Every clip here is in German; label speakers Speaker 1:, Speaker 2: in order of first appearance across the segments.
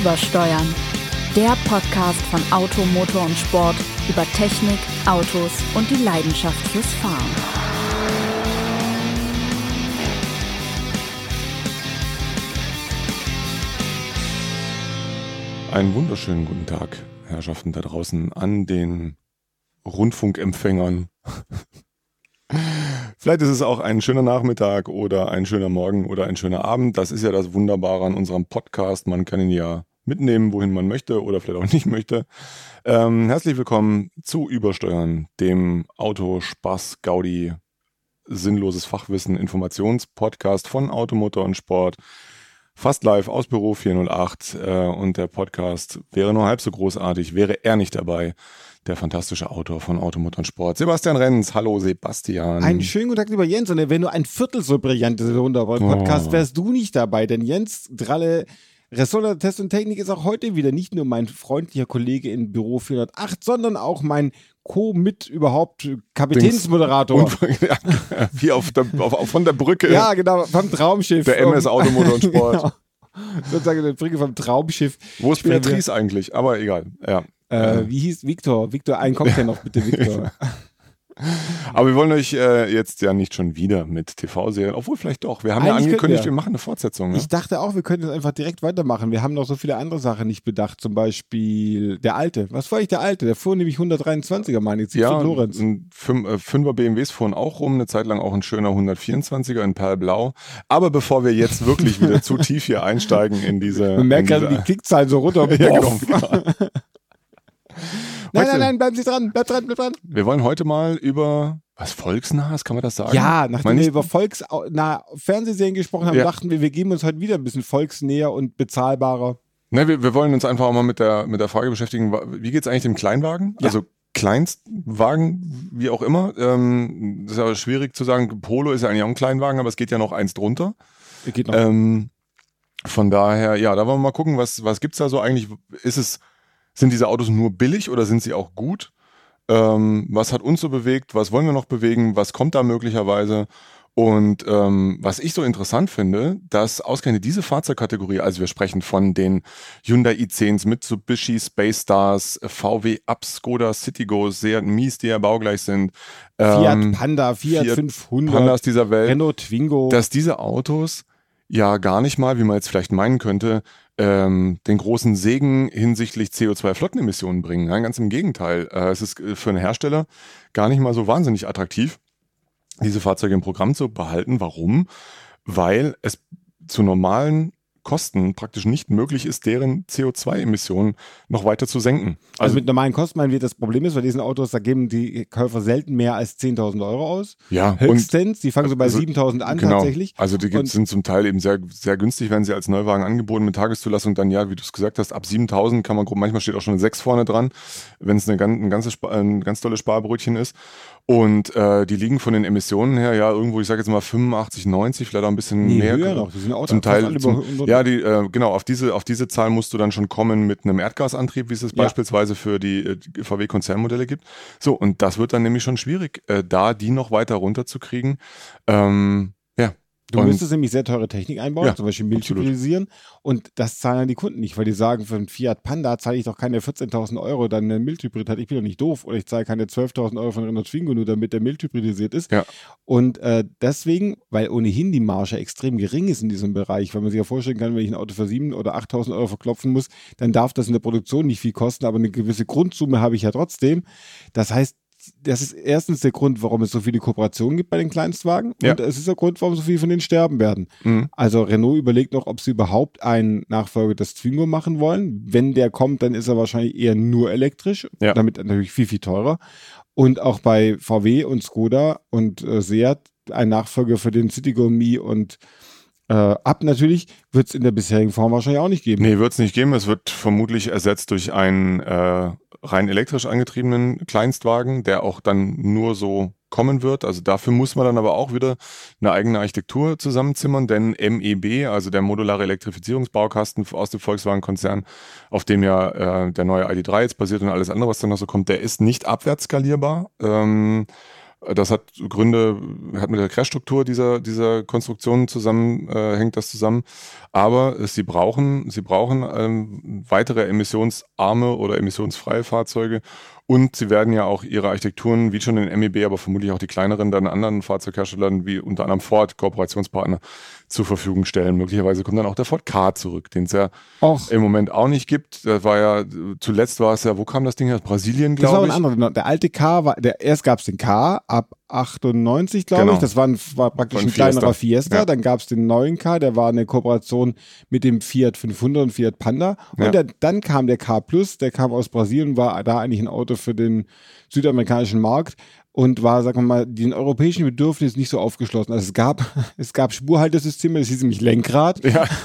Speaker 1: Übersteuern. Der Podcast von Auto, Motor und Sport über Technik, Autos und die Leidenschaft fürs Fahren.
Speaker 2: Einen wunderschönen guten Tag, Herrschaften da draußen an den Rundfunkempfängern. Vielleicht ist es auch ein schöner Nachmittag oder ein schöner Morgen oder ein schöner Abend. Das ist ja das Wunderbare an unserem Podcast. Man kann ihn ja mitnehmen, wohin man möchte oder vielleicht auch nicht möchte. Herzlich willkommen zu Übersteuern, dem Autospaß Gaudi sinnloses Fachwissen Informationspodcast von Auto, Motor und Sport. Fast live aus Büro 408 und der Podcast wäre nur halb so großartig, wäre er nicht dabei. Der fantastische Autor von Auto, Motor und Sport, Sebastian Renz. Hallo Sebastian.
Speaker 3: Einen schönen guten Tag, lieber Jens. Und wenn du ein Viertel so brillant ist, wunderbar Podcast, wärst du nicht dabei. Denn Jens Dralle, Ressort Test und Technik, ist auch heute wieder nicht nur mein freundlicher Kollege in Büro 408, sondern auch mein Co-mit überhaupt Kapitänsmoderator.
Speaker 2: Wie von der Brücke.
Speaker 3: Ja, genau, vom Traumschiff.
Speaker 2: Der MS Auto, Motor und Sport.
Speaker 3: Genau. Sozusagen der Brücke vom Traumschiff.
Speaker 2: Wo ist Patrice eigentlich? Aber egal, ja.
Speaker 3: Wie hieß Victor? Victor, einen Cocktail noch bitte, Victor.
Speaker 2: Aber wir wollen euch jetzt ja nicht schon wieder mit TV-Serien, obwohl vielleicht doch. Wir haben ja angekündigt, wir machen eine Fortsetzung. Ne?
Speaker 3: Ich dachte auch, wir könnten einfach direkt weitermachen. Wir haben noch so viele andere Sachen nicht bedacht. Zum Beispiel der Alte. Was war ich der Alte? Der fuhr nämlich 123er, meine ich.
Speaker 2: Ja, Lorenz. 5er BMWs fuhren auch rum. Eine Zeit lang auch ein schöner 124er in Perlblau. Aber bevor wir jetzt wirklich wieder zu tief hier einsteigen in diese...
Speaker 3: Man merkt gerade die Klickzahlen so runter.
Speaker 2: Ja, genau.
Speaker 3: Nein, bleiben Sie dran, bleib dran.
Speaker 2: Wir wollen heute mal über was Volksnahes, kann man das sagen?
Speaker 3: Ja, nachdem wir über Fernsehserien gesprochen haben, dachten wir geben uns heute wieder ein bisschen volksnäher und bezahlbarer.
Speaker 2: Ne, wir wollen uns einfach auch mal mit der Frage beschäftigen, wie geht es eigentlich dem Kleinwagen? Ja. Also Kleinstwagen, wie auch immer. Das ist ja schwierig zu sagen, Polo ist ja eigentlich auch ein Kleinwagen, aber es geht ja noch eins drunter.
Speaker 3: Geht noch.
Speaker 2: Von daher, ja, da wollen wir mal gucken, was gibt's da so eigentlich? Sind diese Autos nur billig oder sind sie auch gut? Was hat uns so bewegt? Was wollen wir noch bewegen? Was kommt da möglicherweise? Und was ich so interessant finde, dass ausgerechnet diese Fahrzeugkategorie, also wir sprechen von den Hyundai i10s, Mitsubishi Space Stars, VW Up, Skoda Citigo, Seat Mies, die ja baugleich sind.
Speaker 3: Fiat Panda, Fiat 500,
Speaker 2: Pandas dieser Welt,
Speaker 3: Renault Twingo.
Speaker 2: Dass diese Autos ja gar nicht mal, wie man jetzt vielleicht meinen könnte, den großen Segen hinsichtlich CO2-Flottenemissionen bringen. Ja, ganz im Gegenteil. Es ist für einen Hersteller gar nicht mal so wahnsinnig attraktiv, diese Fahrzeuge im Programm zu behalten. Warum? Weil es zu normalen Kosten praktisch nicht möglich ist, deren CO2-Emissionen noch weiter zu senken.
Speaker 3: Also mit normalen Kosten meinen wir, das Problem ist, bei diesen Autos, da geben die Käufer selten mehr als 10.000 Euro aus.
Speaker 2: Ja.
Speaker 3: Höchstens, die fangen so bei 7.000 an tatsächlich.
Speaker 2: Also die sind zum Teil eben sehr, sehr günstig, wenn sie als Neuwagen angeboten mit Tageszulassung dann, ja, wie du es gesagt hast, ab 7.000 kann man, manchmal steht auch schon eine 6 vorne dran, wenn es ein ganz tolles Sparbrötchen ist. Und die liegen von den Emissionen her, ja, irgendwo, ich sage jetzt mal 85, 90, vielleicht auch ein bisschen mehr.
Speaker 3: Höher noch. Die sind auch
Speaker 2: zum Teil. Genau, auf diese Zahl musst du dann schon kommen mit einem Erdgasantrieb, wie es beispielsweise für die VW-Konzernmodelle gibt. So, und das wird dann nämlich schon schwierig, da die noch weiter runterzukriegen.
Speaker 3: Du müsstest nämlich sehr teure Technik einbauen, zum Beispiel Milchhybridisieren, und das zahlen dann die Kunden nicht, weil die sagen, für einen Fiat Panda zahle ich doch keine 14.000 Euro, dann ein Milchhybrid hat, ich bin doch nicht doof, oder ich zahle keine 12.000 Euro von Renault Twingo, nur damit der milchhybridisiert ist.
Speaker 2: Ja.
Speaker 3: Und deswegen, weil ohnehin die Marge extrem gering ist in diesem Bereich, weil man sich ja vorstellen kann, wenn ich ein Auto für 7.000 oder 8.000 Euro verklopfen muss, dann darf das in der Produktion nicht viel kosten, aber eine gewisse Grundsumme habe ich ja trotzdem. Das heißt, das ist erstens der Grund, warum es so viele Kooperationen gibt bei den Kleinstwagen, und es ist der Grund, warum so viele von denen sterben werden. Mhm. Also Renault überlegt noch, ob sie überhaupt einen Nachfolger des Twingo machen wollen. Wenn der kommt, dann ist er wahrscheinlich eher nur elektrisch, damit natürlich viel, viel teurer. Und auch bei VW und Skoda und Seat ein Nachfolger für den Citigo, Mi und Up natürlich wird es in der bisherigen Form wahrscheinlich auch nicht geben.
Speaker 2: Nee, wird es nicht geben. Es wird vermutlich ersetzt durch einen rein elektrisch angetriebenen Kleinstwagen, der auch dann nur so kommen wird. Also dafür muss man dann aber auch wieder eine eigene Architektur zusammenzimmern, denn MEB, also der modulare Elektrifizierungsbaukasten aus dem Volkswagen-Konzern, auf dem ja der neue ID.3 jetzt basiert und alles andere, was dann noch so kommt, der ist nicht abwärts skalierbar. Das hat Gründe, hat mit der Crashstruktur dieser Konstruktion hängt das zusammen. Aber sie brauchen weitere emissionsarme oder emissionsfreie Fahrzeuge. Und sie werden ja auch ihre Architekturen, wie schon in MEB, aber vermutlich auch die kleineren, dann anderen Fahrzeugherstellern, wie unter anderem Ford, Kooperationspartner, zur Verfügung stellen. Möglicherweise kommt dann auch der Ford Ka zurück, den es ja im Moment auch nicht gibt. Das war ja, zuletzt war es ja, wo kam das Ding her? Aus Brasilien, glaube ich.
Speaker 3: Das war ein anderer. Der alte Ka erst gab es den Ka ab 98, glaube ich. Das war praktisch ein kleinerer Fiesta. Ja. Dann gab es den neuen Ka, der war eine Kooperation mit dem Fiat 500 und Fiat Panda. Und dann kam der Ka Plus, der kam aus Brasilien, war da eigentlich ein Auto für den südamerikanischen Markt. Und war, sagen wir mal, den europäischen Bedürfnissen nicht so aufgeschlossen. Also es gab Spurhaltesysteme, das hieß nämlich Lenkrad,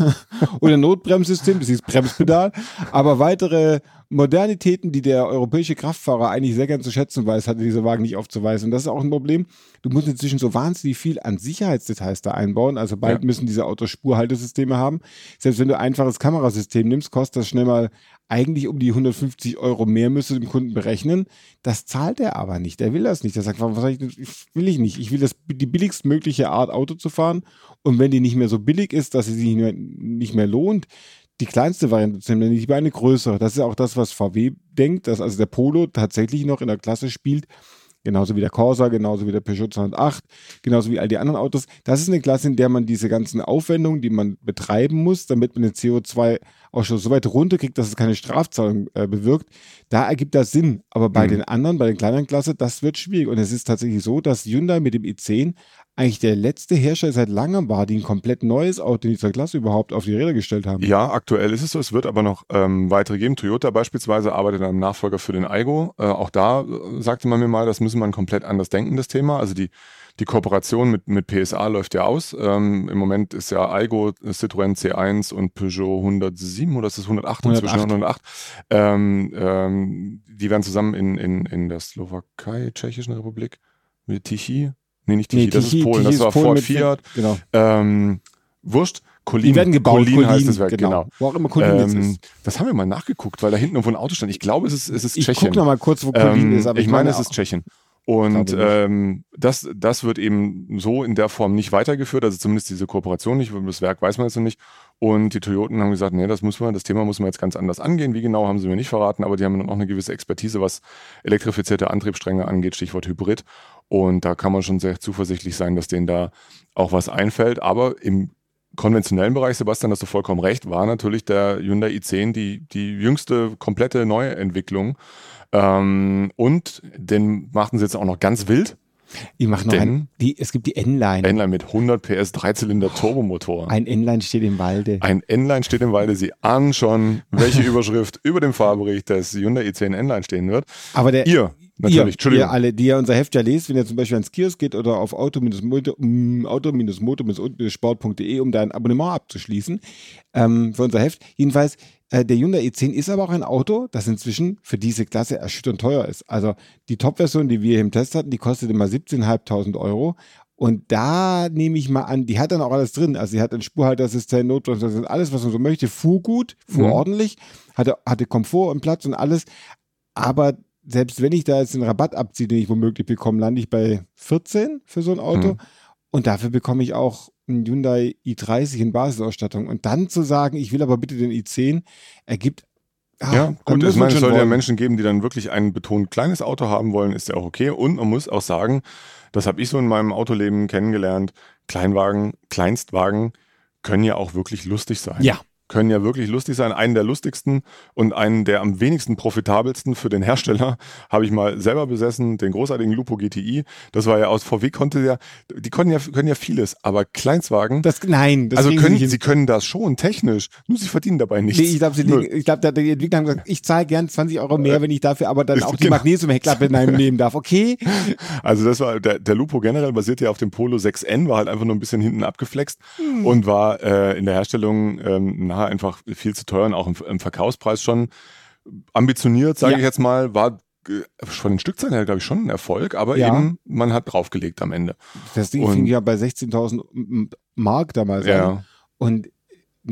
Speaker 3: oder Notbremssystem, das hieß Bremspedal, aber weitere Modernitäten, die der europäische Kraftfahrer eigentlich sehr gern zu schätzen weiß, hatte dieser Wagen nicht aufzuweisen. Und das ist auch ein Problem. Du musst inzwischen so wahnsinnig viel an Sicherheitsdetails da einbauen. Also bald müssen diese Autos Spurhaltesysteme haben. Selbst wenn du ein einfaches Kamerasystem nimmst, kostet das schnell mal eigentlich um die 150 € mehr, müsste dem Kunden berechnen. Das zahlt er aber nicht. Er will das nicht. Er sagt, was will ich nicht. Ich will die billigstmögliche Art, Auto zu fahren. Und wenn die nicht mehr so billig ist, dass sie sich nicht mehr lohnt, die kleinste Variante zu nehmen, nicht eine größere. Das ist auch das, was VW denkt, dass also der Polo tatsächlich noch in der Klasse spielt. Genauso wie der Corsa, genauso wie der Peugeot 208, genauso wie all die anderen Autos. Das ist eine Klasse, in der man diese ganzen Aufwendungen, die man betreiben muss, damit man den CO2-Ausstoß so weit runterkriegt, dass es keine Strafzahlung bewirkt. Da ergibt das Sinn. Aber bei den anderen, bei den kleineren Klassen, das wird schwierig. Und es ist tatsächlich so, dass Hyundai mit dem i10 eigentlich der letzte Hersteller seit langem war, die ein komplett neues Auto in dieser Klasse überhaupt auf die Räder gestellt haben. Ja,
Speaker 2: aktuell ist es so. Es wird aber noch weitere geben. Toyota beispielsweise arbeitet an einem Nachfolger für den Aygo. Auch da sagte man mir mal, das müssen wir komplett anders denken, das Thema. Also die Kooperation mit PSA läuft ja aus. Im Moment ist ja Aygo, Citroën C1 und Peugeot 107 oder ist das 108 inzwischen? 108. Die werden zusammen in der Slowakei, Tschechischen Republik, mit Tichy. Nee, nicht Tichy, das ist Polen. Das war Ford, Fiat.
Speaker 3: Genau.
Speaker 2: Wurscht. Kolin.
Speaker 3: Die werden gebaut.
Speaker 2: Kolin heißt das Werk, genau.
Speaker 3: Wo auch immer Kolin jetzt ist.
Speaker 2: Das haben wir mal nachgeguckt, weil da hinten irgendwo ein Auto stand. Ich glaube, es ist Tschechien.
Speaker 3: Ich gucke noch mal kurz, wo Kolin ist. Aber
Speaker 2: ich meine, es ist Tschechien. Und das wird eben so in der Form nicht weitergeführt, also zumindest diese Kooperation nicht, das Werk weiß man jetzt noch nicht. Und die Toyoten haben gesagt, nee, das Thema muss man jetzt ganz anders angehen. Wie genau, haben sie mir nicht verraten, aber die haben dann auch eine gewisse Expertise, was elektrifizierte Antriebsstränge angeht, Stichwort Hybrid. Und da kann man schon sehr zuversichtlich sein, dass denen da auch was einfällt. Aber im konventionellen Bereich, Sebastian, hast du vollkommen recht, war natürlich der Hyundai i10 die jüngste komplette Neuentwicklung. Und den machten sie jetzt auch noch ganz wild.
Speaker 3: Ich mache noch es gibt die N-Line.
Speaker 2: N-Line mit 100 PS, 3-Zylinder Turbomotor.
Speaker 3: Ein N-Line steht im Walde.
Speaker 2: Ein N-Line steht im Walde. Sie ahnen schon, welche Überschrift über dem Fahrbericht des Hyundai i10 N-Line stehen wird.
Speaker 3: Aber
Speaker 2: Entschuldigung.
Speaker 3: Ihr alle, die ja unser Heft ja lest, wenn ihr zum Beispiel ans Kiosk geht oder auf auto-motor-sport.de, um da ein Abonnement abzuschließen für unser Heft. Jedenfalls, der Hyundai i10 ist aber auch ein Auto, das inzwischen für diese Klasse erschütternd teuer ist. Also die Top-Version, die wir hier im Test hatten, die kostet immer 17.500 €. Und da nehme ich mal an, die hat dann auch alles drin. Also sie hat einen Spurhalteassistent, Notbremsassistent, alles, was man so möchte. Fuhr gut, fuhr ordentlich, hatte Komfort und Platz und alles. Aber selbst wenn ich da jetzt den Rabatt abziehe, den ich womöglich bekomme, lande ich bei 14 für so ein Auto. Und dafür bekomme ich auch einen Hyundai i30 in Basisausstattung. Und dann zu sagen, ich will aber bitte den i10, ergibt...
Speaker 2: Ja, gut, ich meine, es soll ja Menschen geben, die dann wirklich ein betont kleines Auto haben wollen, ist ja auch okay. Und man muss auch sagen, das habe ich so in meinem Autoleben kennengelernt, Kleinwagen, Kleinstwagen können ja auch wirklich lustig sein.
Speaker 3: Ja.
Speaker 2: Können ja wirklich lustig sein. Einen der lustigsten und einen der am wenigsten profitabelsten für den Hersteller habe ich mal selber besessen, den großartigen Lupo GTI. Das war ja aus VW, können ja vieles, aber Kleinstwagen. Sie können das schon technisch, nur sie verdienen dabei nichts.
Speaker 3: Nee, ich glaube, die Entwickler haben gesagt, ich zahle gern 20 € mehr, wenn ich dafür aber dann auch die Magnesium-Heckklappe nehmen darf. Okay.
Speaker 2: Also das war der Lupo generell basierte ja auf dem Polo 6N, war halt einfach nur ein bisschen hinten abgeflext und war in der Herstellung einfach viel zu teuer und auch im Verkaufspreis schon ambitioniert, sage ich jetzt mal, war von den Stückzahlen her, glaube ich, schon ein Erfolg, aber eben, man hat draufgelegt am Ende.
Speaker 3: Das Ding fing ja bei 16.000 Mark damals an. Und nein,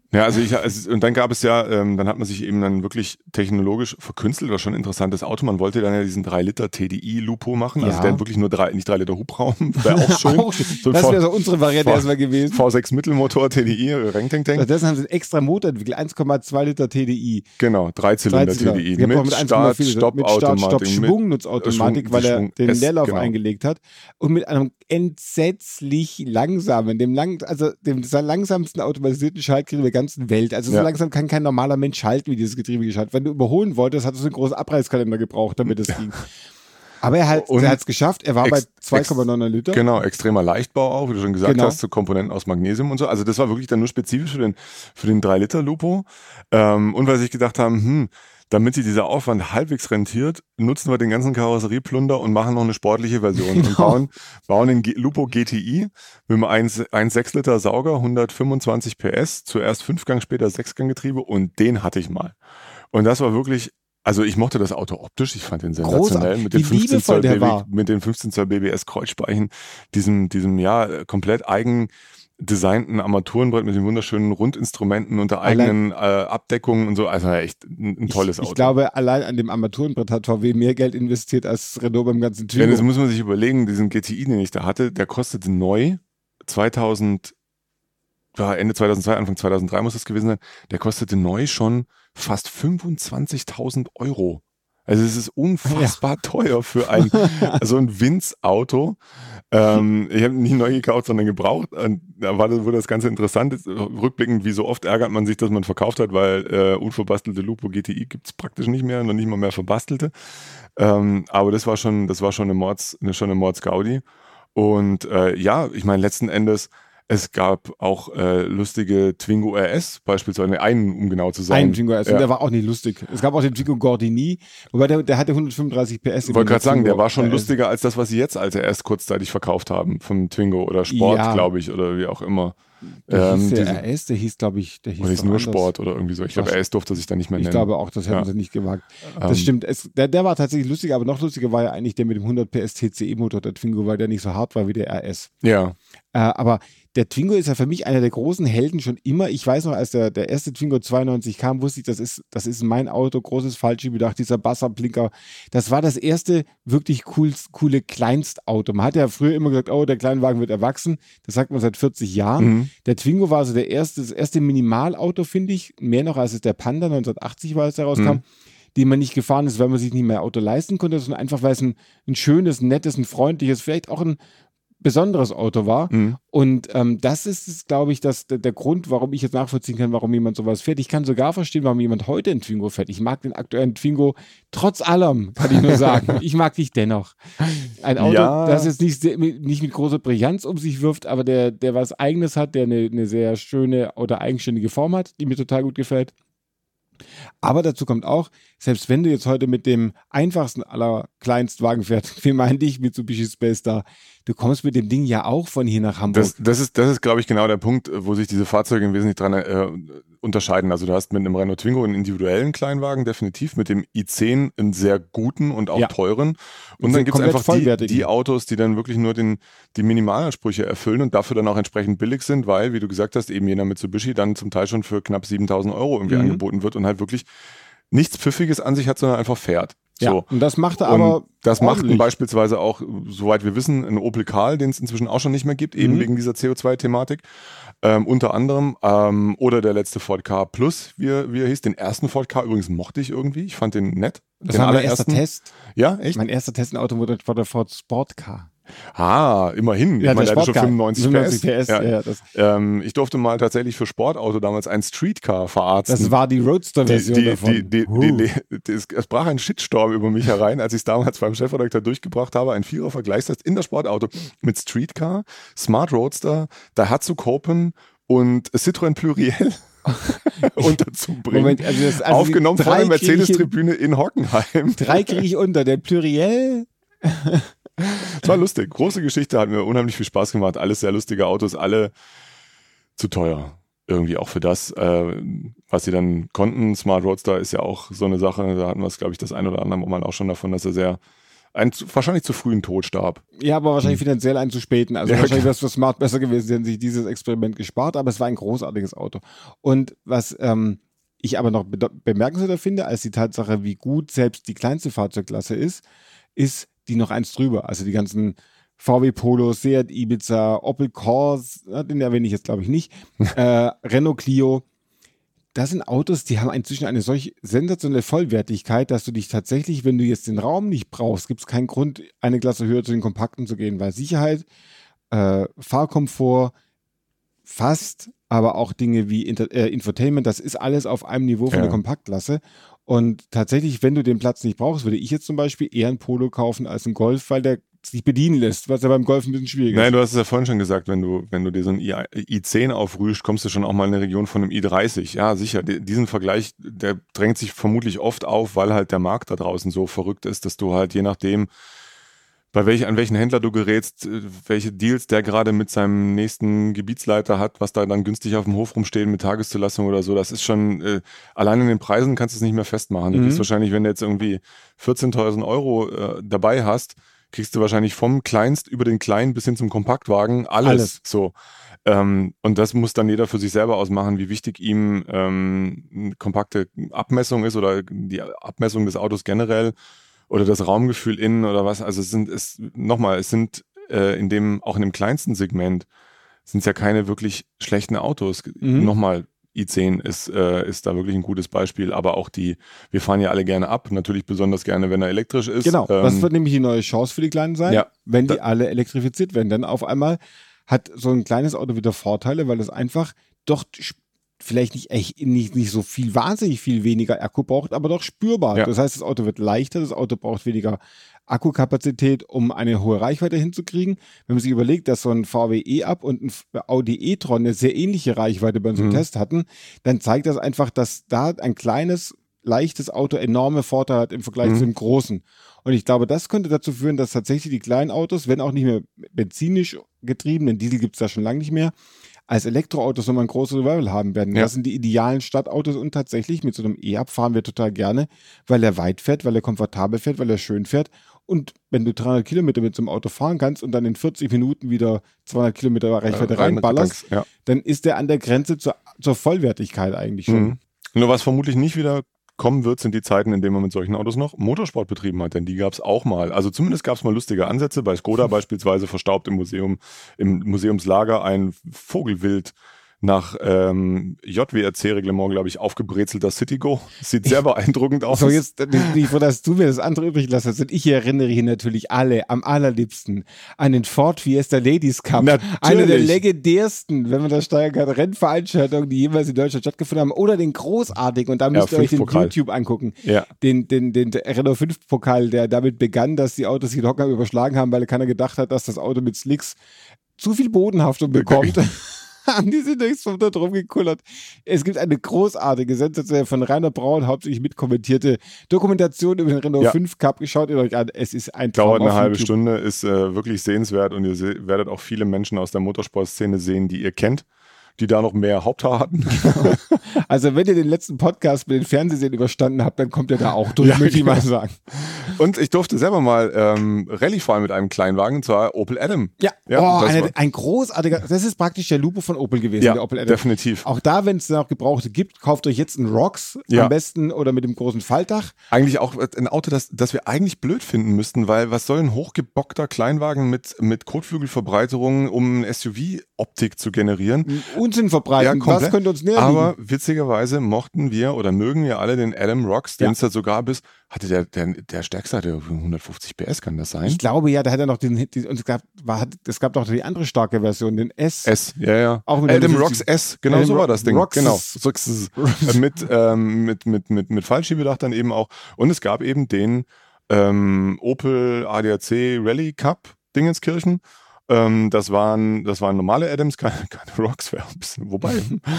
Speaker 2: Ja, und dann gab es ja, dann hat man sich eben dann wirklich technologisch verkünstelt, war schon ein interessantes Auto. Man wollte dann ja diesen 3-Liter TDI Lupo machen, also der wirklich nur nicht 3 Liter Hubraum, wäre auch schön.
Speaker 3: So das wäre so unsere Variante erstmal gewesen.
Speaker 2: V6 Mittelmotor TDI, Reng-Teng-Teng.
Speaker 3: Das haben sie einen extra Motor entwickelt, 1,2 Liter TDI.
Speaker 2: Genau, 3-Zylinder TDI.
Speaker 3: Mit Start-Stopp-Automatik, Schwungnutzautomatik, weil er den Leerlauf eingelegt hat. Und mit einem entsetzlich langsamen, dem langsamsten automatisierten Schaltgetriebe der ganzen Welt. Also so langsam kann kein normaler Mensch schalten, wie dieses Getriebe geschaltet. Wenn du überholen wolltest, hat es einen großen Abreißkalender gebraucht, damit es ging. Aber er hat es geschafft. Er war bei 2,9 Liter.
Speaker 2: Genau, extremer Leichtbau auch, wie du schon gesagt hast, zu Komponenten aus Magnesium und so. Also das war wirklich dann nur spezifisch für den 3-Liter Lupo. Und weil sie sich gedacht haben, damit sich dieser Aufwand halbwegs rentiert, nutzen wir den ganzen Karosserieplunder und machen noch eine sportliche Version und bauen den Lupo GTI mit einem 1,6 Liter Sauger, 125 PS, zuerst 5-Gang, später 6-Gang-Getriebe und den hatte ich mal. Und das war wirklich, also ich mochte das Auto optisch, ich fand den sensationell mit den 15 Zoll BBS Kreuzspeichen, diesem komplett eigen designten Armaturenbrett mit den wunderschönen Rundinstrumenten und der eigenen Abdeckungen und so. Also echt ein tolles Auto.
Speaker 3: Ich glaube, allein an dem Armaturenbrett hat VW mehr Geld investiert als Renault beim ganzen Twingo.
Speaker 2: Ja, das muss man sich überlegen. Diesen GTI, den ich da hatte, der kostete neu Ende 2002, Anfang 2003 muss das gewesen sein. Der kostete neu schon fast 25.000 Euro. Also es ist unfassbar teuer für so ein Winz-Auto. Ich habe nicht neu gekauft, sondern gebraucht. Und da wurde das Ganze interessant. Rückblickend, wie so oft ärgert man sich, dass man verkauft hat, weil unverbastelte Lupo GTI gibt es praktisch nicht mehr, noch nicht mal mehr verbastelte. Aber das war schon eine Mordsgaudi. Und ich meine, letzten Endes, es gab auch lustige Twingo RS, beispielsweise einen, um genau zu sein.
Speaker 3: Einen Twingo RS, und der war auch nicht lustig. Es gab auch den Twingo Gordini, wobei der hatte 135 PS.
Speaker 2: Ich wollte gerade sagen, der war schon lustiger als das, was sie jetzt als RS kurzzeitig verkauft haben vom Twingo oder Sport, glaube ich, oder wie auch immer.
Speaker 3: Der hieß, glaube ich,
Speaker 2: der hieß nur anders. Sport oder irgendwie so. Ich glaube, RS durfte sich da nicht mehr nennen.
Speaker 3: Ich glaube auch, das hätten sie nicht gewagt. Das stimmt. Der war tatsächlich lustiger, aber noch lustiger war ja eigentlich der mit dem 100 PS TCE-Motor, der Twingo, weil der nicht so hart war wie der RS.
Speaker 2: Ja.
Speaker 3: Aber der Twingo ist ja für mich einer der großen Helden schon immer. Ich weiß noch, als der erste Twingo 92 kam, wusste ich, das ist mein Auto, großes Fallschiebedach, dieser Buzzer-Blinker. Das war das erste wirklich coole Kleinstauto. Man hat ja früher immer gesagt, oh, der Kleinwagen wird erwachsen. Das sagt man seit 40 Jahren. Mhm. Der Twingo war also das erste Minimalauto, finde ich. Mehr noch als es der Panda 1980 war, als der rauskam. Den man nicht gefahren ist, weil man sich nicht mehr Auto leisten konnte, sondern einfach, weil es ein schönes, nettes, ein freundliches, vielleicht auch ein besonderes Auto war. Und das ist, glaube ich, der Grund, warum ich jetzt nachvollziehen kann, warum jemand sowas fährt. Ich kann sogar verstehen, warum jemand heute einen Twingo fährt. Ich mag den aktuellen Twingo trotz allem, kann ich nur sagen. Ich mag dich dennoch. Ein Auto, das jetzt nicht mit großer Brillanz um sich wirft, aber der was Eigenes hat, der eine sehr schöne oder eigenständige Form hat, die mir total gut gefällt. Aber dazu kommt auch, selbst wenn du jetzt heute mit dem einfachsten aller Kleinstwagen fährst, wie meinte ich, Mitsubishi Space Star, du kommst mit dem Ding ja auch von hier nach Hamburg.
Speaker 2: Das ist, glaube ich, genau der Punkt, wo sich diese Fahrzeuge im Wesentlichen dran unterscheiden. Also du hast mit einem Renault Twingo einen individuellen Kleinwagen, definitiv, mit dem i10 einen sehr guten und auch teuren. Und dann gibt es einfach die Autos, die dann wirklich nur die Minimalansprüche erfüllen und dafür dann auch entsprechend billig sind, weil, wie du gesagt hast, eben jener Mitsubishi dann zum Teil schon für knapp 7.000 Euro irgendwie angeboten wird und halt wirklich nichts Pfiffiges an sich hat, sondern einfach fährt.
Speaker 3: Ja,
Speaker 2: so.
Speaker 3: Und das machte aber
Speaker 2: das machten beispielsweise auch, soweit wir wissen, einen Opel Kadett, den es inzwischen auch schon nicht mehr gibt, eben wegen dieser CO2-Thematik. Unter anderem, oder der letzte Ford Ka Plus, wie er hieß, den ersten Ford Ka übrigens mochte ich irgendwie, ich fand den nett.
Speaker 3: Das war mein erster Test.
Speaker 2: Ja, echt?
Speaker 3: Mein erster Test in Auto war der Ford Sport Car.
Speaker 2: Immerhin.
Speaker 3: Ja,
Speaker 2: ich meine, der hatte schon 95 PS.
Speaker 3: Ja.
Speaker 2: Ich durfte mal tatsächlich für Sportauto damals ein Streetcar verarzten.
Speaker 3: Das war die Roadster-Version davon.
Speaker 2: Es brach ein Shitstorm über mich herein, als ich es damals beim Chefredakteur durchgebracht habe, ein 4er-Vergleichstest in das Sportauto mit Streetcar, Smart Roadster, Daihatsu Copen und Citroën Pluriel unterzubringen.
Speaker 3: Moment, also
Speaker 2: aufgenommen vor der Mercedes-Tribüne in Hockenheim.
Speaker 3: 3 kriege ich unter, der Pluriel...
Speaker 2: Es war lustig. Große Geschichte, hat mir unheimlich viel Spaß gemacht. Alles sehr lustige Autos, alle zu teuer. Irgendwie auch für das, was sie dann konnten. Smart Roadster ist ja auch so eine Sache. Da hatten wir es, glaube ich, das ein oder andere Mal auch schon davon, dass er sehr wahrscheinlich zu frühen Tod starb.
Speaker 3: Ja, aber wahrscheinlich finanziell einen zu späten. Also
Speaker 2: Ja,
Speaker 3: wahrscheinlich wäre es für Smart besser gewesen, sie hätten sich dieses Experiment gespart, aber es war ein großartiges Auto. Und was ich aber noch bemerkenswerter finde, als die Tatsache, wie gut selbst die kleinste Fahrzeugklasse ist die noch eins drüber. Also die ganzen VW Polo, Seat Ibiza, Opel Corsa, den erwähne ich jetzt glaube ich nicht, Renault Clio. Das sind Autos, die haben inzwischen eine solch sensationelle Vollwertigkeit, dass du dich tatsächlich, wenn du jetzt den Raum nicht brauchst, gibt es keinen Grund, eine Klasse höher zu den Kompakten zu gehen, weil Sicherheit, Fahrkomfort, fast, aber auch Dinge wie Infotainment, das ist alles auf einem Niveau von der Kompaktklasse. Und tatsächlich, wenn du den Platz nicht brauchst, würde ich jetzt zum Beispiel eher ein Polo kaufen als ein Golf, weil der sich bedienen lässt, was ja beim Golf ein bisschen schwierig ist.
Speaker 2: Nein, du hast es ja vorhin schon gesagt, wenn du dir so ein i10 aufrührst, kommst du schon auch mal in eine Region von einem i30. Ja, sicher, diesen Vergleich, der drängt sich vermutlich oft auf, weil halt der Markt da draußen so verrückt ist, dass du halt je nachdem, an welchen Händler du gerätst, welche Deals der gerade mit seinem nächsten Gebietsleiter hat, was da dann günstig auf dem Hof rumsteht mit Tageszulassung oder so, das ist schon, allein in den Preisen kannst du es nicht mehr festmachen. Du kriegst wahrscheinlich, wenn du jetzt irgendwie 14.000 Euro dabei hast, kriegst du wahrscheinlich vom Kleinst über den Kleinen bis hin zum Kompaktwagen alles. So. Und das muss dann jeder für sich selber ausmachen, wie wichtig ihm eine kompakte Abmessung ist oder die Abmessung des Autos generell oder das Raumgefühl innen oder was. Also es sind auch in dem kleinsten Segment sind es ja keine wirklich schlechten Autos. Nochmal, i10 ist da wirklich ein gutes Beispiel, aber auch wir fahren ja alle gerne ab, natürlich besonders gerne, wenn er elektrisch ist.
Speaker 3: Genau, das wird nämlich die neue Chance für die Kleinen sein, wenn die alle elektrifiziert werden. Dann auf einmal hat so ein kleines Auto wieder Vorteile, weil es einfach doch vielleicht nicht so viel, wahnsinnig viel weniger Akku braucht, aber doch spürbar. Ja. Das heißt, das Auto wird leichter, das Auto braucht weniger Akkukapazität, um eine hohe Reichweite hinzukriegen. Wenn man sich überlegt, dass so ein VW E-Up und ein Audi e-tron eine sehr ähnliche Reichweite bei so einem Test hatten, dann zeigt das einfach, dass da ein kleines, leichtes Auto enorme Vorteile hat im Vergleich zu dem großen. Und ich glaube, das könnte dazu führen, dass tatsächlich die kleinen Autos, wenn auch nicht mehr benzinisch getrieben, denn Diesel gibt es da schon lange nicht mehr, als Elektroautos nochmal ein großes Revival haben werden. Ja. Das sind die idealen Stadtautos und tatsächlich mit so einem E-Up fahren wir total gerne, weil er weit fährt, weil er komfortabel fährt, weil er schön fährt. Und wenn du 300 Kilometer mit so einem Auto fahren kannst und dann in 40 Minuten wieder 200 Kilometer Reichweite reinballerst, dann ist der an der Grenze zur Vollwertigkeit eigentlich schon.
Speaker 2: Nur was vermutlich nicht wieder kommen wird, sind die Zeiten, in denen man mit solchen Autos noch Motorsport betrieben hat, denn die gab es auch mal. Also zumindest gab es mal lustige Ansätze. Bei Skoda beispielsweise verstaubt im Museumslager ein Vogelwild nach JWRC-Reglement, glaube ich, aufgebrezelter Citigo. Sieht sehr beeindruckend aus.
Speaker 3: So, jetzt, bevor du mir das andere übrig lassen hast, und ich erinnere hier natürlich alle, am allerliebsten, an den Ford Fiesta Ladies Cup. Natürlich. Eine der legendärsten, wenn man das steuern kann, Rennveranstaltungen, die jemals in Deutschland stattgefunden haben, oder den großartigen, und da müsst ihr euch den YouTube angucken, den Renault 5 Pokal, der damit begann, dass die Autos sich locker überschlagen haben, weil keiner gedacht hat, dass das Auto mit Slicks zu viel Bodenhaftung bekommt. Die sind durchs Dort rumgekullert. Es gibt eine großartige, sensationelle von Rainer Braun hauptsächlich mitkommentierte Dokumentation über den Renault 5 Cup. Schaut ihr euch an, es ist ein Traum.
Speaker 2: Dauert eine halbe Stunde, ist wirklich sehenswert und ihr werdet auch viele Menschen aus der Motorsportszene sehen, die ihr kennt, die da noch mehr Haupthaar hatten.
Speaker 3: Also wenn ihr den letzten Podcast mit den Fernsehserien überstanden habt, dann kommt ihr da auch durch, möchte ich mal sagen.
Speaker 2: Und ich durfte selber mal Rallye fahren mit einem Kleinwagen, und zwar Opel Adam.
Speaker 3: Ein großartiger, das ist praktisch der Lupo von Opel gewesen, der Opel Adam.
Speaker 2: Definitiv.
Speaker 3: Auch da, wenn es noch Gebrauchte gibt, kauft euch jetzt einen Rocks, am besten, oder mit dem großen Faltdach.
Speaker 2: Eigentlich auch ein Auto, das wir eigentlich blöd finden müssten, weil was soll ein hochgebockter Kleinwagen mit Kotflügelverbreiterungen, um eine SUV-Optik zu generieren?
Speaker 3: Unsinn verbreiten, was könnte uns näher liegen?
Speaker 2: Aber witzigerweise mochten wir oder mögen wir alle den Adam Rocks, den es da sogar hatte der stärkste hatte 150 PS, kann das sein?
Speaker 3: Ich glaube ja, da hat er noch und es gab noch die andere starke Version, den S.
Speaker 2: Auch mit Adam Rocks S, genau so war das Ding.
Speaker 3: Rocks.
Speaker 2: Genau. mit Fallschiebedach dann eben auch. Und es gab eben den Opel ADAC Rally Cup Dingenskirchen. Das waren normale Adams, keine Rocks, wobei.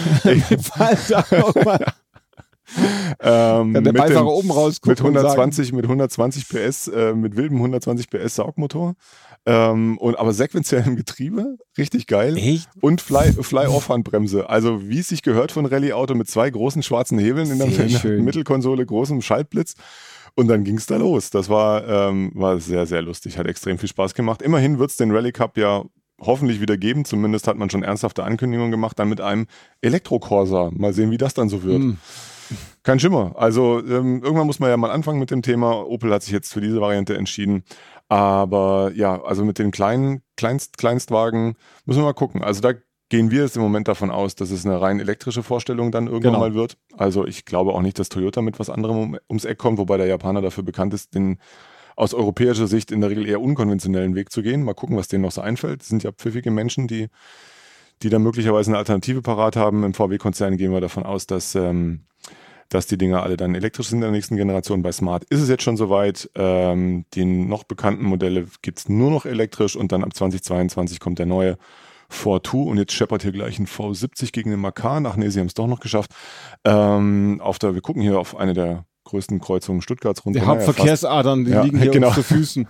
Speaker 3: Der Beifahrer oben rausguckt
Speaker 2: mit 120 PS, mit wildem 120 PS Saugmotor, aber sequenziellem Getriebe, richtig geil.
Speaker 3: Echt?
Speaker 2: Und Fly-Off-Handbremse, also wie es sich gehört von Rallye-Auto mit 2 großen schwarzen Hebeln in der Mittelkonsole, großem Schaltblitz. Und dann ging es da los. Das war sehr, sehr lustig, hat extrem viel Spaß gemacht. Immerhin wird es den Rallye Cup ja hoffentlich wieder geben. Zumindest hat man schon ernsthafte Ankündigungen gemacht, dann mit einem Elektro-Corsa. Mal sehen, wie das dann so wird. Kein Schimmer. Also irgendwann muss man ja mal anfangen mit dem Thema. Opel hat sich jetzt für diese Variante entschieden. Aber ja, also mit den Kleinstwagen müssen wir mal gucken. Also da gehen wir jetzt im Moment davon aus, dass es eine rein elektrische Vorstellung dann irgendwann mal wird. Also ich glaube auch nicht, dass Toyota mit was anderem ums Eck kommt, wobei der Japaner dafür bekannt ist, den aus europäischer Sicht in der Regel eher unkonventionellen Weg zu gehen. Mal gucken, was denen noch so einfällt. Das sind ja pfiffige Menschen, die da möglicherweise eine Alternative parat haben. Im VW-Konzern gehen wir davon aus, dass die Dinger alle dann elektrisch sind in der nächsten Generation. Bei Smart ist es jetzt schon soweit. Die noch bekannten Modelle gibt es nur noch elektrisch und dann ab 2022 kommt der neue V2 und jetzt scheppert hier gleich ein V70 gegen den Macan. Ach nee, sie haben es doch noch geschafft. Wir gucken hier auf eine der größten Kreuzungen Stuttgarts rund.
Speaker 3: Die Hauptverkehrsadern, die liegen hier auf den Füßen.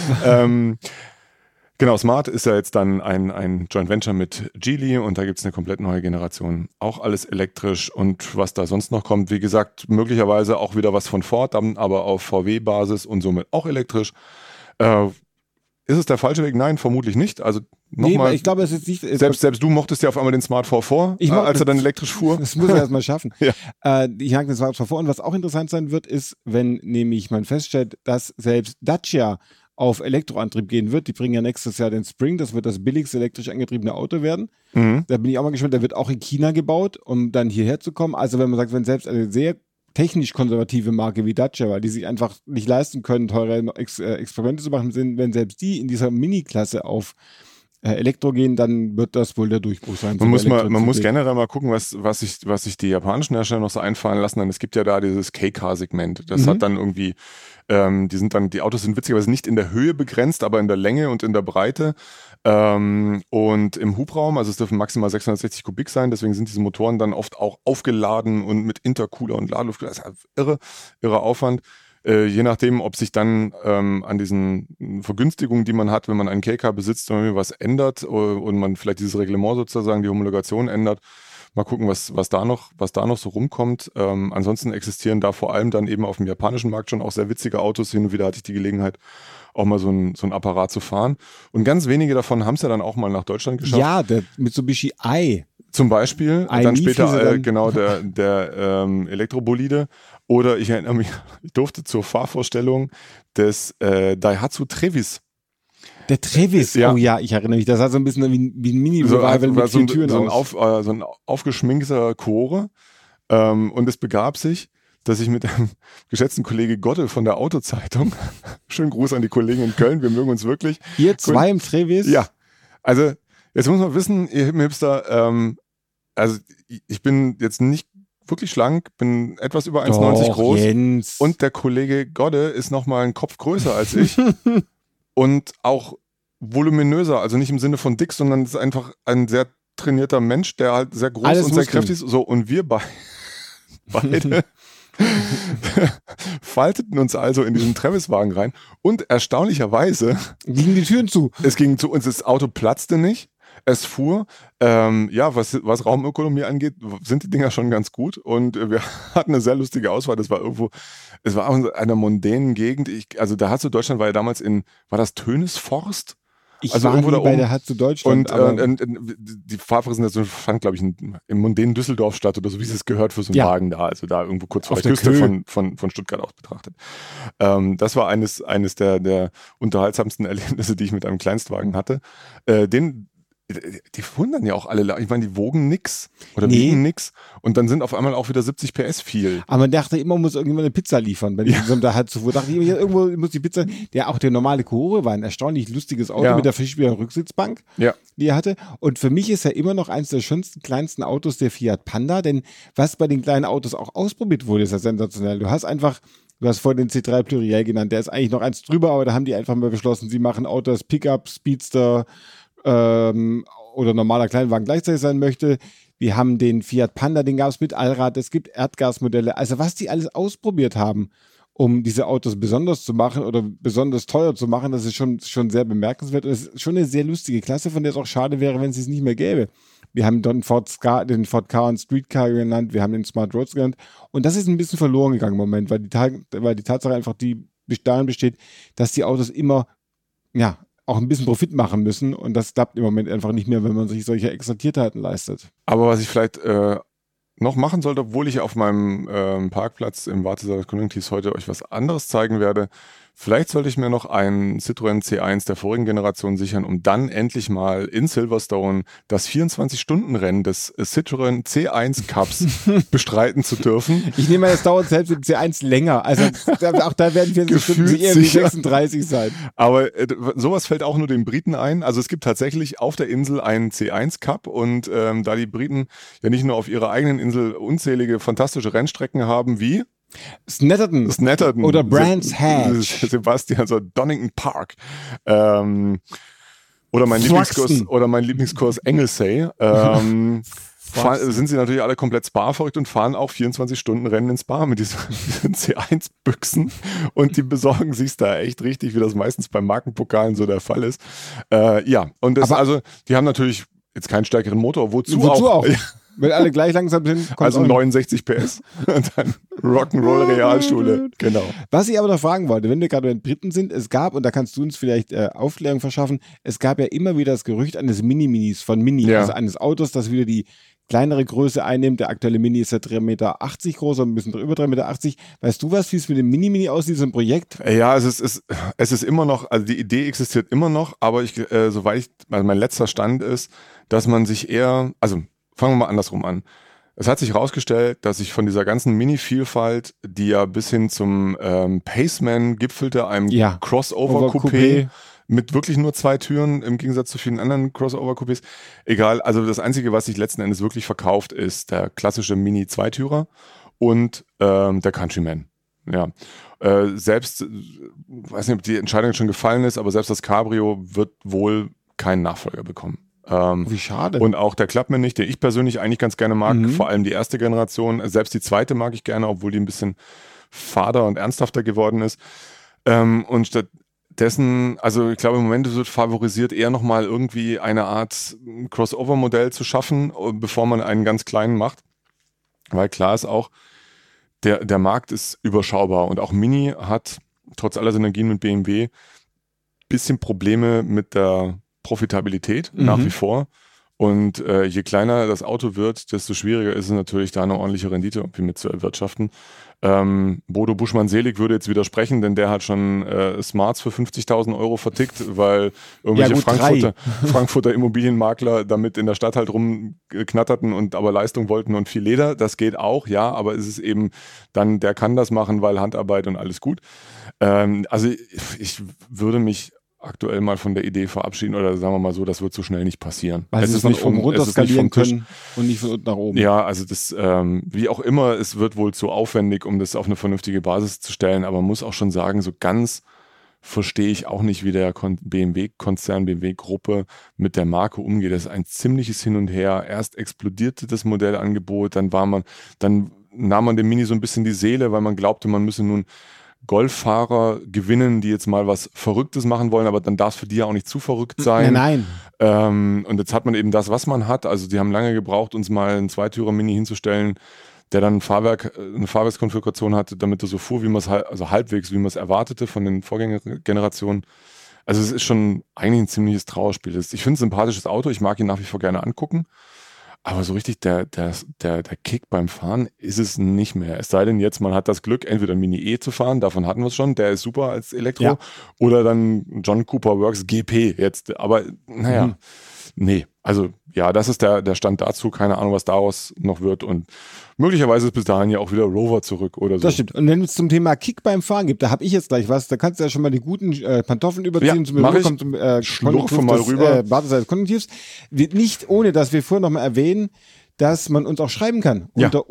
Speaker 2: Genau, Smart ist ja jetzt dann ein Joint Venture mit Geely und da gibt es eine komplett neue Generation. Auch alles elektrisch und was da sonst noch kommt, wie gesagt, möglicherweise auch wieder was von Ford, aber auf VW-Basis und somit auch elektrisch. Ist es der falsche Weg? Nein, vermutlich nicht. Also nochmal,
Speaker 3: ich glaube, es ist nicht.
Speaker 2: Selbst du mochtest ja auf einmal den Smart V4, als er dann elektrisch fuhr.
Speaker 3: Das muss er erstmal schaffen.
Speaker 2: Ja.
Speaker 3: Ich mag den Smart V4 und was auch interessant sein wird, ist, wenn nämlich man feststellt, dass selbst Dacia auf Elektroantrieb gehen wird. Die bringen ja nächstes Jahr den Spring, das wird das billigste elektrisch angetriebene Auto werden. Da bin ich auch mal gespannt, der wird auch in China gebaut, um dann hierher zu kommen. Also wenn man sagt, wenn selbst eine sehr technisch konservative Marke wie Dacia, weil die sich einfach nicht leisten können, teure Experimente zu machen, wenn selbst die in dieser Mini-Klasse auf Elektro gehen, dann wird das wohl der Durchbruch sein.
Speaker 2: Man muss generell mal gucken, was sich die japanischen Hersteller noch so einfallen lassen. Es gibt ja da dieses K-Car-Segment. Das hat dann irgendwie, die Autos sind witzigerweise nicht in der Höhe begrenzt, aber in der Länge und in der Breite. Und im Hubraum, also es dürfen maximal 660 Kubik sein, deswegen sind diese Motoren dann oft auch aufgeladen und mit Intercooler und Ladeluft. Das ist irre Aufwand. Je nachdem, ob sich dann an diesen Vergünstigungen, die man hat, wenn man einen K-Car besitzt, wenn man was ändert und man vielleicht dieses Reglement sozusagen, die Homologation ändert. Mal gucken, was da noch so rumkommt. Ansonsten existieren da vor allem dann eben auf dem japanischen Markt schon auch sehr witzige Autos. Hin und wieder hatte ich die Gelegenheit, auch mal so ein Apparat zu fahren. Und ganz wenige davon haben es ja dann auch mal nach Deutschland geschafft.
Speaker 3: Ja, der Mitsubishi i.
Speaker 2: Zum Beispiel, und dann später genau der Elektrobolide. Oder ich erinnere mich, ich durfte zur Fahrvorstellung des Daihatsu Trevis.
Speaker 3: Der Trevis, ja. Oh ja, ich erinnere mich, das sah so ein bisschen wie ein Mini-Revival mit vielen Türen aus.
Speaker 2: So ein aufgeschminkter Chore. Und es begab sich, dass ich mit einem geschätzten Kollege Gotte von der Autozeitung, schönen Gruß an die Kollegen in Köln, wir mögen uns wirklich.
Speaker 3: Ihr zwei im Trevis?
Speaker 2: Ja, also jetzt muss man wissen, ihr Hipster, also ich bin jetzt nicht wirklich schlank, bin etwas über 1,90 groß.
Speaker 3: Jens.
Speaker 2: Und der Kollege Godde ist nochmal einen Kopf größer als ich und auch voluminöser, also nicht im Sinne von dick, sondern ist einfach ein sehr trainierter Mensch, der halt sehr groß und sehr kräftig ist. So, und wir beide falteten uns also in diesen Trevis-Wagen rein und erstaunlicherweise
Speaker 3: gingen die Türen zu.
Speaker 2: Es ging zu uns, das Auto platzte nicht. Es fuhr, was Raumökonomie angeht, sind die Dinger schon ganz gut und wir hatten eine sehr lustige Auswahl. Es war auch in einer mondänen Gegend. Also der Hatzo Deutschland war ja damals war das Tönisforst?
Speaker 3: Ich war irgendwo da oben. Bei der Hatzo Deutschland.
Speaker 2: Und die Fahrpräsentation fand, glaube ich, im mondänen Düsseldorf statt oder so, wie es gehört für so einen Wagen da. Also da irgendwo kurz vor der Küste von Stuttgart aus betrachtet. Das war eines der unterhaltsamsten Erlebnisse, die ich mit einem Kleinstwagen hatte. Die fuhren dann ja auch alle, ich meine, die wogen nix oder wiegen nix und dann sind auf einmal auch wieder 70 PS viel.
Speaker 3: Aber man dachte immer, muss irgendwann eine Pizza liefern. Wenn ich da halt so dachte ich, irgendwo muss die Pizza, der normale Chore war ein erstaunlich lustiges Auto mit der verschiebaren Rücksitzbank, die er hatte. Und für mich ist er immer noch eines der schönsten, kleinsten Autos der Fiat Panda, denn was bei den kleinen Autos auch ausprobiert wurde, ist ja sensationell. Du hast vorhin den C3 Pluriel genannt, der ist eigentlich noch eins drüber, aber da haben die einfach mal beschlossen, sie machen Autos, Pickup, Speedster, oder normaler Kleinwagen gleichzeitig sein möchte. Wir haben den Fiat Panda, den gab es mit Allrad, es gibt Erdgasmodelle. Also was die alles ausprobiert haben um diese Autos besonders zu machen oder besonders teuer zu machen. Das ist schon sehr bemerkenswert. Und es ist schon eine sehr lustige Klasse, von der es auch schade wäre, wenn es es nicht mehr gäbe. Wir haben den Ford Ka und Street Car genannt, wir haben den Smart Roads genannt. Und das ist ein bisschen verloren gegangen im Moment, weil die Tatsache einfach darin besteht, dass die Autos immer, ja, auch ein bisschen Profit machen müssen. Und das klappt im Moment einfach nicht mehr, wenn man sich solche Exaltiertheiten leistet.
Speaker 2: Aber was ich vielleicht noch machen sollte, obwohl ich auf meinem Parkplatz im Wartesaal des Communities heute euch was anderes zeigen werde, vielleicht sollte ich mir noch einen Citroën C1 der vorigen Generation sichern, um dann endlich mal in Silverstone das 24-Stunden-Rennen des Citroën C1 Cups bestreiten zu dürfen.
Speaker 3: Ich nehme an, es dauert selbst im C1 länger. Also auch da werden 24 Stunden eher wie 36 sein.
Speaker 2: Aber sowas fällt auch nur den Briten ein. Also es gibt tatsächlich auf der Insel einen C1 Cup und da die Briten ja nicht nur auf ihrer eigenen Insel unzählige fantastische Rennstrecken haben wie
Speaker 3: Snetterton oder Brands Hatch,
Speaker 2: Sebastian, also Donington Park, oder mein Lieblingskurs Anglesey, sind sie natürlich alle komplett Spa-verrückt und fahren auch 24-Stunden-Rennen in Spa mit diesen C1-Büchsen und die besorgen sich's da echt richtig, wie das meistens bei Markenpokalen so der Fall ist. Ja, und die haben natürlich jetzt keinen stärkeren Motor, wozu auch?
Speaker 3: Wenn alle gleich langsam sind.
Speaker 2: Also 69 PS und dann Rock'n'Roll Realschule. Genau.
Speaker 3: Was ich aber noch fragen wollte, wenn wir gerade bei den Briten sind, es gab, und da kannst du uns vielleicht Aufklärung verschaffen, es gab ja immer wieder das Gerücht eines Mini-Minis von Mini, also eines Autos, das wieder die kleinere Größe einnimmt. Der aktuelle Mini ist ja 3,80 Meter groß, ein bisschen über 3,80 Meter. Weißt du was, wie es mit dem Mini-Mini aussieht, diesem Projekt?
Speaker 2: Ja, es ist immer noch, also die Idee existiert immer noch, aber mein letzter Stand ist, dass man sich eher, also fangen wir mal andersrum an. Es hat sich herausgestellt, dass ich von dieser ganzen Mini-Vielfalt, die ja bis hin zum Paceman gipfelte, einem Crossover-Coupé mit wirklich nur 2 Türen, im Gegensatz zu vielen anderen Crossover-Coupés. Egal, also das Einzige, was sich letzten Endes wirklich verkauft, ist der klassische Mini-Zweitürer und der Countryman. Ja, selbst, weiß nicht, ob die Entscheidung schon gefallen ist, aber selbst das Cabrio wird wohl keinen Nachfolger bekommen.
Speaker 3: Wie schade.
Speaker 2: Und auch der Clubman nicht, den ich persönlich eigentlich ganz gerne mag, vor allem die erste Generation, selbst die zweite mag ich gerne, obwohl die ein bisschen fader und ernsthafter geworden ist. Und stattdessen, also ich glaube im Moment wird favorisiert eher nochmal irgendwie eine Art Crossover-Modell zu schaffen, bevor man einen ganz kleinen macht, weil klar ist auch, der Markt ist überschaubar und auch Mini hat trotz aller Synergien mit BMW bisschen Probleme mit der Profitabilität nach wie vor. Und je kleiner das Auto wird, desto schwieriger ist es natürlich, da eine ordentliche Rendite irgendwie mit zu erwirtschaften. Bodo Buschmann-Selig würde jetzt widersprechen, denn der hat schon Smarts für 50.000 € vertickt, weil irgendwelche Frankfurter Immobilienmakler damit in der Stadt halt rumknatterten und aber Leistung wollten und viel Leder. Das geht auch, ja, aber es ist eben dann, der kann das machen, weil Handarbeit und alles gut. Also ich würde mich aktuell mal von der Idee verabschieden oder sagen wir mal so, das wird so schnell nicht passieren.
Speaker 3: Weil es ist nicht von runter skalieren können und nicht von unten nach oben.
Speaker 2: Ja, also das, wie auch immer, es wird wohl zu aufwendig, um das auf eine vernünftige Basis zu stellen, aber man muss auch schon sagen, so ganz verstehe ich auch nicht, wie der BMW-Konzern, BMW-Gruppe mit der Marke umgeht. Das ist ein ziemliches Hin und Her. Erst explodierte das Modellangebot, dann nahm man dem Mini so ein bisschen die Seele, weil man glaubte, man müsse nun Golffahrer gewinnen, die jetzt mal was Verrücktes machen wollen, aber dann darf es für die ja auch nicht zu verrückt sein.
Speaker 3: Nein.
Speaker 2: Und jetzt hat man eben das, was man hat. Also die haben lange gebraucht, uns mal einen Zweitürer-Mini hinzustellen, der dann eine Fahrwerkskonfiguration hatte, damit er so fuhr, wie man es halbwegs, wie man es erwartete von den Vorgängergenerationen. Also es ist schon eigentlich ein ziemliches Trauerspiel. Ich finde es ein sympathisches Auto, ich mag ihn nach wie vor gerne angucken. Aber so richtig der Kick beim Fahren ist es nicht mehr. Es sei denn jetzt, man hat das Glück, entweder ein Mini E zu fahren, davon hatten wir es schon, der ist super als Elektro, oder dann John Cooper Works GP jetzt. Aber naja, nee. Also ja, das ist der Stand dazu. Keine Ahnung, was daraus noch wird. Und möglicherweise ist bis dahin ja auch wieder Rover zurück oder so.
Speaker 3: Das stimmt. Und wenn es zum Thema Kick beim Fahren gibt, da habe ich jetzt gleich was. Da kannst du ja schon mal die guten Pantoffeln überziehen.
Speaker 2: Ja, mach ich. Schlurfe mal rüber.
Speaker 3: Warteseite des Konjunktivs. Nicht ohne, dass wir vorher nochmal erwähnen, dass man uns auch schreiben kann. Unter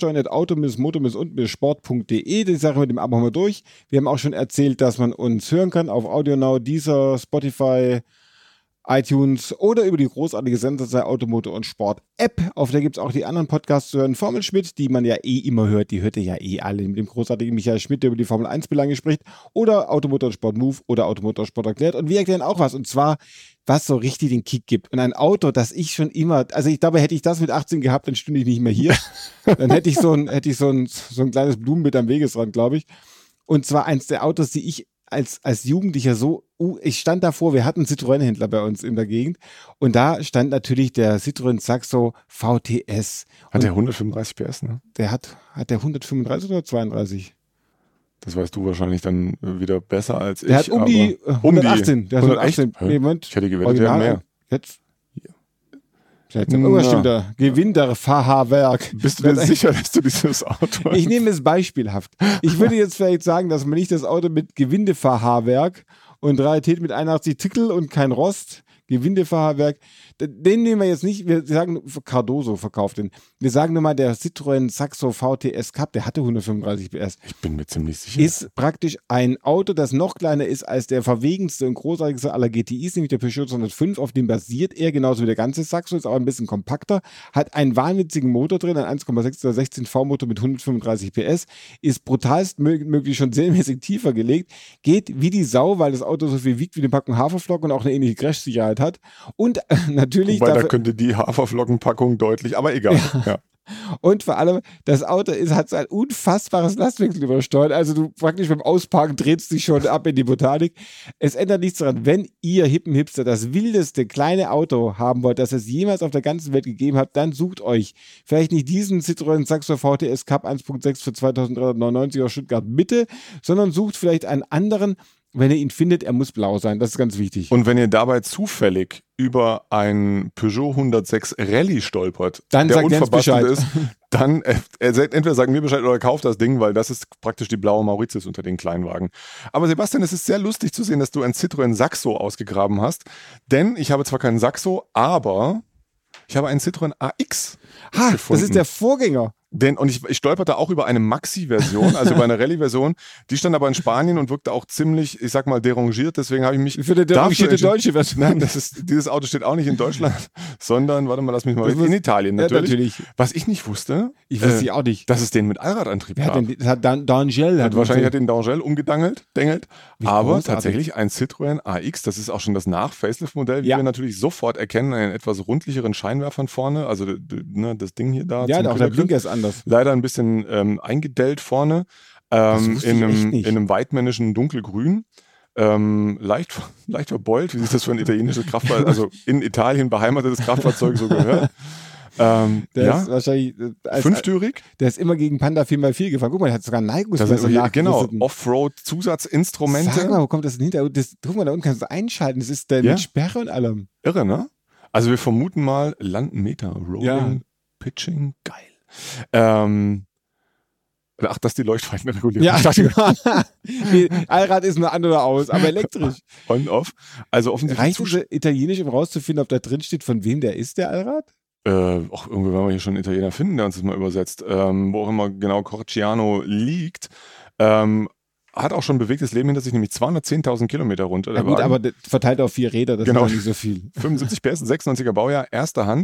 Speaker 3: oebersteuern@auto-moto-und-sport.de. Die Sache mit dem Abo haben wir durch. Wir haben auch schon erzählt, dass man uns hören kann auf AudioNow, Deezer, Spotify, iTunes oder über die großartige Sensor Automotor und Sport App. Auf der gibt es auch die anderen Podcasts zu hören. Formel Schmidt, die man ja immer hört, die hört ihr ja alle mit dem großartigen Michael Schmidt, der über die Formel 1 Belange spricht, oder Automotor und Sport Move oder Automotor und Sport erklärt. Und wir erklären auch was, und zwar, was so richtig den Kick gibt. Und ein Auto, das ich schon immer, also ich glaube, hätte ich das mit 18 gehabt, dann stünde ich nicht mehr hier. Dann hätte ich so ein kleines Blumenbeet am Wegesrand, glaube ich. Und zwar eins der Autos, die ich als Jugendlicher ich stand davor, wir hatten einen Citroën-Händler bei uns in der Gegend, und da stand natürlich der Citroën Saxo VTS.
Speaker 2: Hat der 135 PS, ne?
Speaker 3: Hat der 135 oder 32?
Speaker 2: Das weißt du wahrscheinlich dann wieder besser als ich.
Speaker 3: Der hat um die 118. Der hat 118. Nee, Moment.
Speaker 2: Ich hätte gewettet, der hat mehr.
Speaker 3: Jetzt? Vielleicht stimmt da. Gewinner-Fahrwerk.
Speaker 2: Bist du dir sicher, dass du dieses Auto hast?
Speaker 3: Ich nehme es beispielhaft. Ich würde jetzt vielleicht sagen, dass man nicht das Auto mit Gewindefahrwerk und Rarität mit 81 Tickel und kein Rost, Gewindefahrwerk, den nehmen wir jetzt nicht, wir sagen, Cardoso verkauft den. Wir sagen nur mal, der Citroën Saxo VTS Cup, der hatte 135 PS.
Speaker 2: Ich bin mir ziemlich sicher.
Speaker 3: Ist praktisch ein Auto, das noch kleiner ist als der verwegenste und großartigste aller GTIs, nämlich der Peugeot 205, auf dem basiert er, genauso wie der ganze Saxo, ist aber ein bisschen kompakter, hat einen wahnwitzigen Motor drin, ein 1,6 16 V-Motor mit 135 PS, ist brutalst möglich schon serienmäßig tiefer gelegt, geht wie die Sau, weil das Auto so viel wiegt wie eine Packung Haferflocken und auch eine ähnliche Crashsicherheit hat, und natürlich...
Speaker 2: Wobei, da könnte die Haferflockenpackung deutlich, aber egal. Ja.
Speaker 3: Und vor allem, das Auto hat so ein unfassbares Lastwechsel übersteuert. Also du praktisch beim Ausparken drehst dich schon ab in die Botanik. Es ändert nichts daran, wenn ihr hippen Hipster das wildeste kleine Auto haben wollt, das es jemals auf der ganzen Welt gegeben hat, dann sucht euch vielleicht nicht diesen Citroën Saxo VTS Cup 1.6 für 2.399 aus Stuttgart Mitte, sondern sucht vielleicht einen anderen. Wenn ihr ihn findet, er muss blau sein. Das ist ganz wichtig.
Speaker 2: Und wenn ihr dabei zufällig über einen Peugeot 106 Rallye stolpert,
Speaker 3: dann
Speaker 2: der
Speaker 3: sagt
Speaker 2: unverbastelt ist, dann entweder sagen mir Bescheid oder kauft das Ding, weil das ist praktisch die blaue Mauritius unter den Kleinwagen. Aber Sebastian, es ist sehr lustig zu sehen, dass du einen Citroën Saxo ausgegraben hast, denn ich habe zwar keinen Saxo, aber ich habe einen Citroën AX gefunden.
Speaker 3: Das ist der Vorgänger.
Speaker 2: Und ich stolperte auch über eine Maxi-Version, also über eine Rallye-Version. Die stand aber in Spanien und wirkte auch ziemlich, ich sag mal, derangiert. Deswegen habe ich mich
Speaker 3: für die derangierte deutsche Version.
Speaker 2: Nein, dieses Auto steht auch nicht in Deutschland, sondern, warte mal, lass mich mal in Italien natürlich.
Speaker 3: Ja, natürlich.
Speaker 2: Was ich nicht wusste,
Speaker 3: ich auch nicht,
Speaker 2: dass es den mit Allradantrieb gab.
Speaker 3: Wahrscheinlich
Speaker 2: hat den D'Angel umgedengelt, aber tatsächlich ein Citroën AX, das ist auch schon das Nach-Facelift-Modell, wie wir natürlich sofort erkennen, einen etwas rundlicheren Scheinwerfern vorne, also das Ding hier da.
Speaker 3: Ja, auch der Blinker ist anders.
Speaker 2: Leider ein bisschen eingedellt vorne, in einem weitmännischen Dunkelgrün. Leicht verbeult, wie sich das für ein italienisches Kraftfahrzeug, also in Italien beheimatetes Kraftfahrzeug so gehört.
Speaker 3: Der ist wahrscheinlich
Speaker 2: fünftürig.
Speaker 3: Der ist immer gegen Panda 4x4 gefahren. Guck mal, der hat sogar Neigungsmesser.
Speaker 2: Genau, Offroad-Zusatzinstrumente.
Speaker 3: Sag mal, wo kommt das denn hinter? Guck mal, da unten kannst du einschalten. Das ist mit Sperre und allem.
Speaker 2: Irre, ne? Also wir vermuten mal Landmeter, Rolling, Pitching, geil. Ach, das ist die Leuchtweitenregulierung.
Speaker 3: Ja, Allrad ist nur an oder aus, aber elektrisch.
Speaker 2: On, off. Also offensichtlich.
Speaker 3: Reicht es italienisch, um rauszufinden, ob da drin steht, von wem der ist, der Allrad?
Speaker 2: Irgendwie werden wir hier schon einen Italiener finden, der uns das mal übersetzt. Wo auch immer genau Corciano liegt. Hat auch schon ein bewegtes Leben hinter sich, nämlich 210.000 Kilometer runter.
Speaker 3: Ja gut, aber verteilt auf 4 Räder, das ist nicht so viel.
Speaker 2: 75 PS, 96er Baujahr, erster Hand.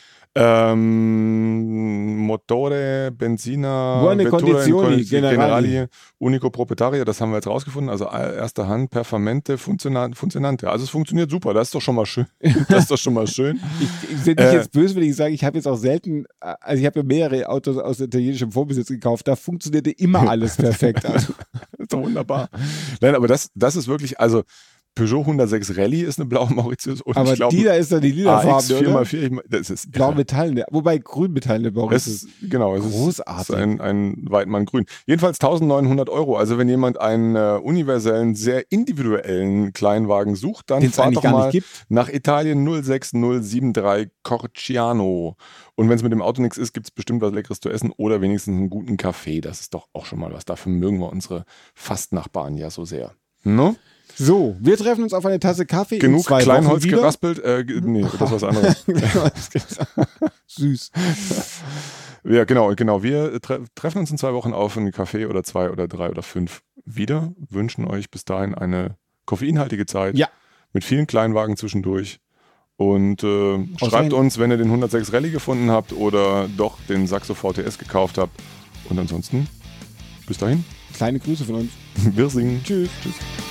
Speaker 2: Motore, Benzina,
Speaker 3: Buone Condizioni,
Speaker 2: Generali, Unico Proprietario, das haben wir jetzt rausgefunden, also erster Hand, Performante, Funzionante. Also es funktioniert super, das ist doch schon mal schön.
Speaker 3: Ich sehe dich jetzt böse, wenn ich sage, ich habe jetzt auch selten, also ich habe ja mehrere Autos aus italienischem Vorbesitz gekauft, da funktionierte immer alles perfekt. Also.
Speaker 2: Das ist doch wunderbar. Nein, aber das ist wirklich, also Peugeot 106 Rallye ist eine blaue Mauritius. Und
Speaker 3: aber
Speaker 2: ich glaube,
Speaker 3: die da ist dann die lilafarbene, oder?
Speaker 2: 4x4, das ist
Speaker 3: blau metallene, wobei grün metallene Mauritius.
Speaker 2: Genau, es
Speaker 3: großartig.
Speaker 2: Ist ein Weidmann grün. Jedenfalls 1.900 €. Also wenn jemand einen universellen, sehr individuellen Kleinwagen sucht, dann fahrt doch mal nach Italien 06073 Corciano. Und wenn es mit dem Auto nichts ist, gibt es bestimmt was Leckeres zu essen oder wenigstens einen guten Kaffee. Das ist doch auch schon mal was. Dafür mögen wir unsere Fastnachbarn ja so sehr. No?
Speaker 3: So, wir treffen uns auf eine Tasse Kaffee.
Speaker 2: Genug
Speaker 3: in 2
Speaker 2: Kleinholz
Speaker 3: Wochen wieder.
Speaker 2: Geraspelt? Nee, das ist was anderes.
Speaker 3: Süß.
Speaker 2: Ja, genau. Wir treffen uns in 2 Wochen auf einen Kaffee oder 2 oder 3 oder 5 wieder. Wünschen euch bis dahin eine koffeinhaltige Zeit.
Speaker 3: Ja.
Speaker 2: mit vielen Kleinwagen zwischendurch. Und schreibt uns, wenn ihr den 106 Rallye gefunden habt oder doch den Saxo VTS gekauft habt. Und ansonsten, bis dahin.
Speaker 3: Kleine Grüße von uns.
Speaker 2: Wir singen.
Speaker 3: Tschüss.
Speaker 2: Tschüss.